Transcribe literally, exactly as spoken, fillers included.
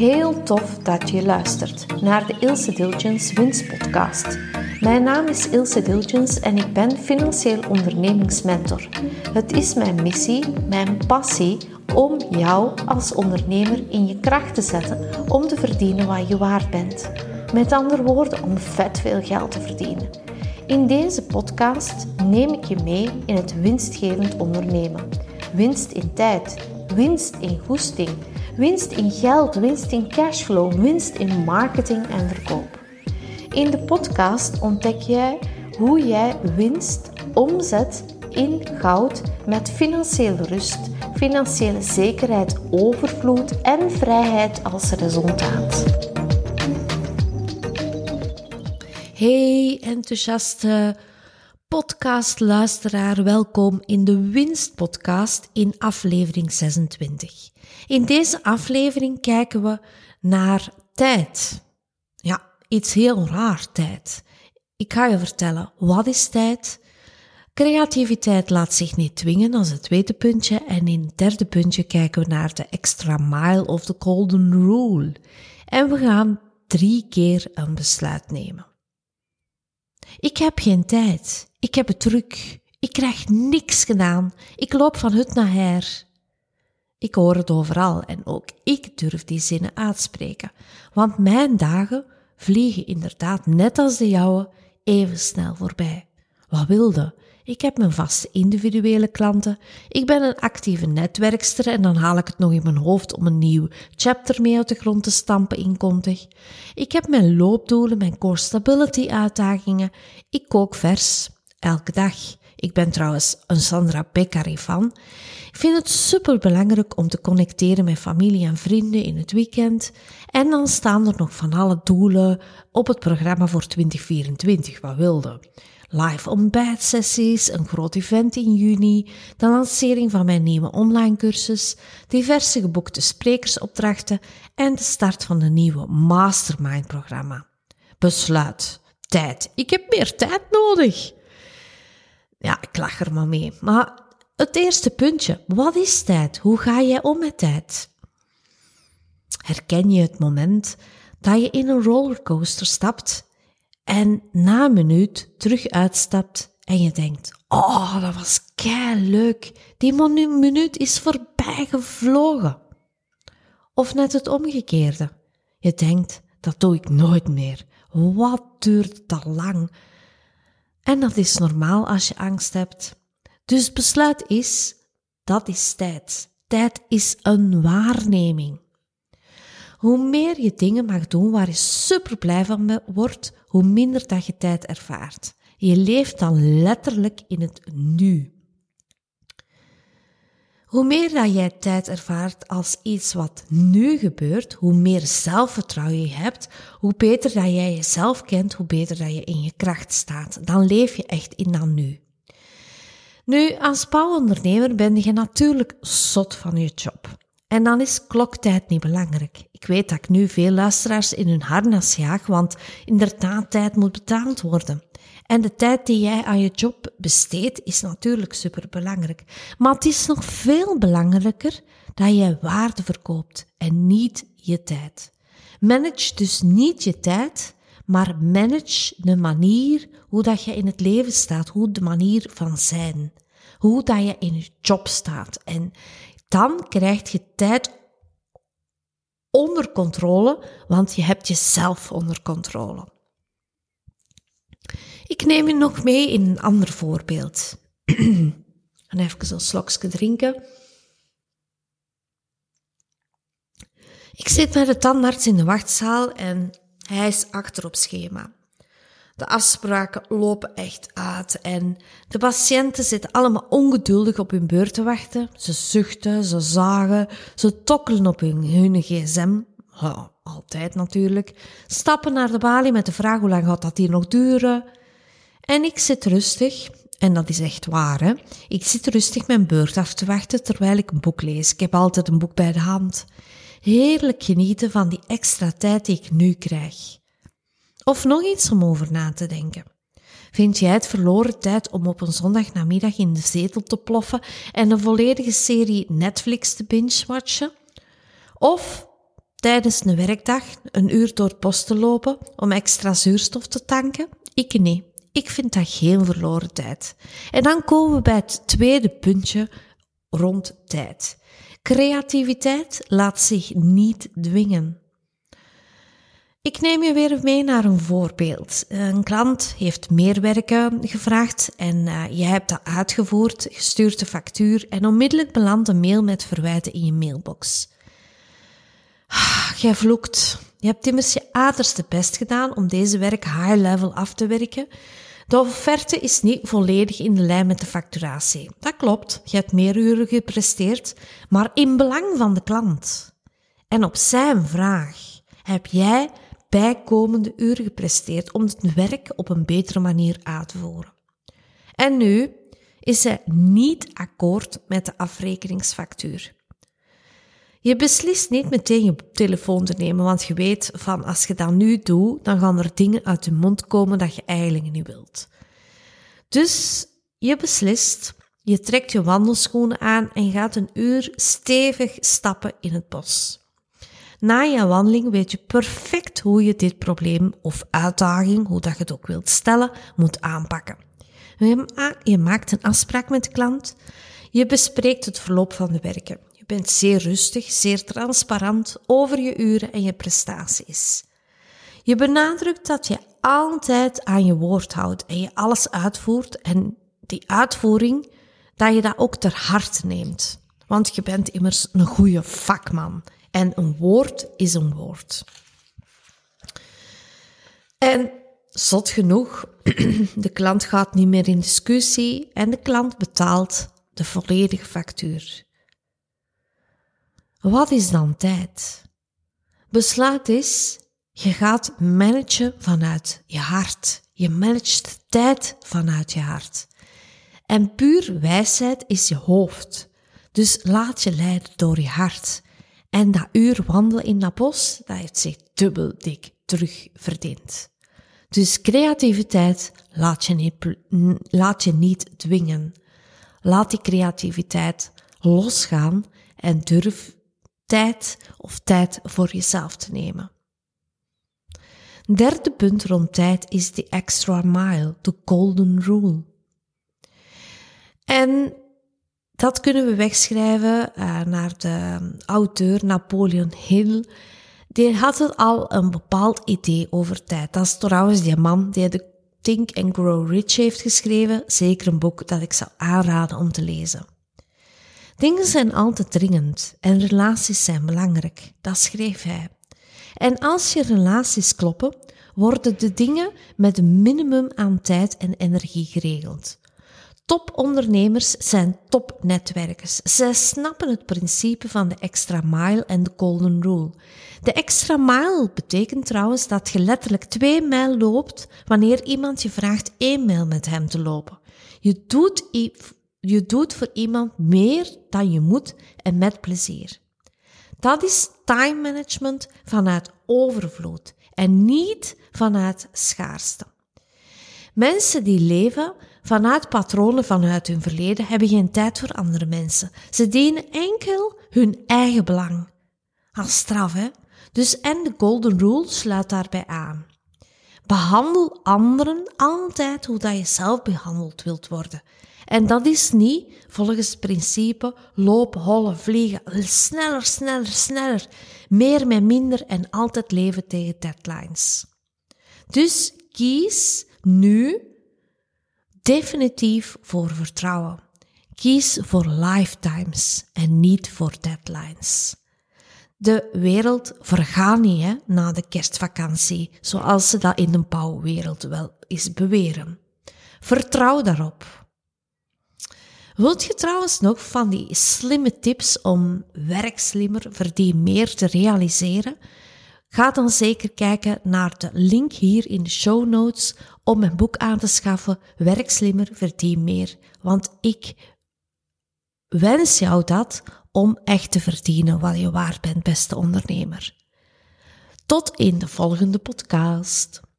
Heel tof dat je luistert naar de Ilse Dilgens Winstpodcast. Mijn naam is Ilse Dilgens en ik ben financieel ondernemingsmentor. Het is mijn missie, mijn passie, om jou als ondernemer in je kracht te zetten om te verdienen wat je waard bent. Met andere woorden, om vet veel geld te verdienen. In deze podcast neem ik je mee in het winstgevend ondernemen. Winst in tijd, winst in goesting, winst in geld, winst in cashflow, winst in marketing en verkoop. In de podcast ontdek jij hoe jij winst omzet in goud met financiële rust, financiële zekerheid, overvloed en vrijheid als resultaat. Hey enthousiaste podcastluisteraar, welkom in de Winstpodcast in aflevering zesentwintig. In deze aflevering kijken we naar tijd. Ja, iets heel raar, tijd. Ik ga je vertellen, wat is tijd? Creativiteit laat zich niet dwingen, dat is het tweede puntje. En in het derde puntje kijken we naar de extra mile of the golden rule. En we gaan drie keer een besluit nemen. Ik heb geen tijd. Ik heb het druk. Ik krijg niks gedaan. Ik loop van hut naar her. Ik hoor het overal en ook ik durf die zinnen uitspreken. Want mijn dagen vliegen inderdaad net als de jouwe even snel voorbij. Wat wilde? Ik heb mijn vaste individuele klanten. Ik ben een actieve netwerkster en dan haal ik het nog in mijn hoofd om een nieuw chapter mee uit de grond te stampen inkomtig. Ik heb mijn loopdoelen, mijn core stability uitdagingen. Ik kook vers, elke dag. Ik ben trouwens een Sandra Beccari fan. Ik vind het superbelangrijk om te connecteren met familie en vrienden in het weekend. En dan staan er nog van alle doelen op het programma voor twintig vierentwintig, wat wilde. Live ontbijtsessies, een groot event in juni, de lancering van mijn nieuwe online cursus, diverse geboekte sprekersopdrachten en de start van een nieuwe mastermind-programma. Besluit. Tijd. Ik heb meer tijd nodig. Ja, ik lach er maar mee. Maar het eerste puntje. Wat is tijd? Hoe ga jij om met tijd? Herken je het moment dat je in een rollercoaster stapt en na een minuut terug uitstapt en je denkt, oh, dat was keileuk. Die minuut is voorbij gevlogen. Of net het omgekeerde. Je denkt, dat doe ik nooit meer. Wat duurt dat lang? En dat is normaal als je angst hebt. Dus besluit is, dat is tijd. Tijd is een waarneming. Hoe meer je dingen mag doen waar je super blij van wordt, hoe minder dat je tijd ervaart. Je leeft dan letterlijk in het nu. Hoe meer dat jij tijd ervaart als iets wat nu gebeurt, hoe meer zelfvertrouwen je hebt, hoe beter dat jij jezelf kent, hoe beter dat je in je kracht staat. Dan leef je echt in dat nu. Nu, als bouwondernemer ben je natuurlijk zot van je job. En dan is kloktijd niet belangrijk. Ik weet dat ik nu veel luisteraars in hun harnas jaag, want inderdaad, tijd moet betaald worden. En de tijd die jij aan je job besteedt is natuurlijk superbelangrijk. Maar het is nog veel belangrijker dat jij waarde verkoopt en niet je tijd. Manage dus niet je tijd, maar manage de manier hoe dat je in het leven staat, hoe de manier van zijn, hoe dat je in je job staat. En dan krijg je tijd onder controle, want je hebt jezelf onder controle. Ik neem je nog mee in een ander voorbeeld. En even een slokje drinken. Ik zit met de tandarts in de wachtzaal en hij is achter op schema. De afspraken lopen echt uit en de patiënten zitten allemaal ongeduldig op hun beurt te wachten. Ze zuchten, ze zagen, ze tokkelen op hun, hun gsm. Ja, altijd natuurlijk. Stappen naar de balie met de vraag hoe lang gaat dat hier nog duren. En ik zit rustig, en dat is echt waar, hè. Ik zit rustig mijn beurt af te wachten terwijl ik een boek lees. Ik heb altijd een boek bij de hand. Heerlijk genieten van die extra tijd die ik nu krijg. Of nog iets om over na te denken. Vind jij het verloren tijd om op een zondagnamiddag in de zetel te ploffen en een volledige serie Netflix te binge-watchen? Of tijdens een werkdag een uur door het bos te lopen om extra zuurstof te tanken? Ik niet. Ik vind dat geen verloren tijd. En dan komen we bij het tweede puntje rond tijd. Creativiteit laat zich niet dwingen. Ik neem je weer mee naar een voorbeeld. Een klant heeft meer werken gevraagd en uh, jij hebt dat uitgevoerd, gestuurd de factuur en onmiddellijk belandt een mail met verwijten in je mailbox. Ah, jij vloekt. Je hebt immers je uiterste best gedaan om deze werk high level af te werken. De offerte is niet volledig in de lijn met de facturatie. Dat klopt, je hebt meer uren gepresteerd, maar in belang van de klant. En op zijn vraag heb jij bijkomende uren gepresteerd om het werk op een betere manier uit te voeren. En nu is hij niet akkoord met de afrekeningsfactuur. Je beslist niet meteen je telefoon te nemen, want je weet van als je dat nu doet, dan gaan er dingen uit je mond komen dat je eigenlijk niet wilt. Dus je beslist, je trekt je wandelschoenen aan en je gaat een uur stevig stappen in het bos. Na je wandeling weet je perfect hoe je dit probleem of uitdaging, hoe dat je het ook wilt stellen, moet aanpakken. Je maakt een afspraak met de klant, je bespreekt het verloop van de werken. Je bent zeer rustig, zeer transparant over je uren en je prestaties. Je benadrukt dat je altijd aan je woord houdt en je alles uitvoert en die uitvoering, dat je dat ook ter harte neemt. Want je bent immers een goede vakman en een woord is een woord. En zot genoeg, de klant gaat niet meer in discussie en de klant betaalt de volledige factuur. Wat is dan tijd? Besluit is, je gaat managen vanuit je hart. Je managt tijd vanuit je hart. En puur wijsheid is je hoofd. Dus laat je leiden door je hart. En dat uur wandelen in dat bos, dat heeft zich dubbel dik terugverdiend. Dus creativiteit laat je niet, laat je niet dwingen. Laat die creativiteit losgaan en durf tijd of tijd voor jezelf te nemen. Derde punt rond tijd is de extra mile, de golden rule. En dat kunnen we wegschrijven uh, naar de auteur Napoleon Hill. Die had het al een bepaald idee over tijd. Dat is trouwens die man die de Think and Grow Rich heeft geschreven. Zeker een boek dat ik zou aanraden om te lezen. Dingen zijn altijd dringend en relaties zijn belangrijk. Dat schreef hij. En als je relaties kloppen, worden de dingen met een minimum aan tijd en energie geregeld. Topondernemers zijn topnetwerkers. Zij snappen het principe van de extra mile en de golden rule. De extra mile betekent trouwens dat je letterlijk twee mijl loopt wanneer iemand je vraagt één mijl met hem te lopen. Je doet, je doet voor iemand meer dan je moet en met plezier. Dat is time management vanuit overvloed en niet vanuit schaarste. Mensen die leven vanuit patronen vanuit hun verleden hebben geen tijd voor andere mensen. Ze dienen enkel hun eigen belang. Als straf, hè? Dus en de golden rule sluit daarbij aan. Behandel anderen altijd hoe dat je zelf behandeld wilt worden. En dat is niet volgens het principe lopen, hollen, vliegen, sneller, sneller, sneller, meer met minder en altijd leven tegen deadlines. Dus kies nu definitief voor vertrouwen. Kies voor lifetimes en niet voor deadlines. De wereld vergaat niet hè, na de kerstvakantie, zoals ze dat in de pauwwereld wel eens beweren. Vertrouw daarop. Wilt je trouwens nog van die slimme tips om werk slimmer, verdien meer te realiseren? Ga dan zeker kijken naar de link hier in de show notes om mijn boek aan te schaffen, Werk slimmer, verdien meer. Want ik wens jou dat om echt te verdienen wat je waard bent, beste ondernemer. Tot in de volgende podcast.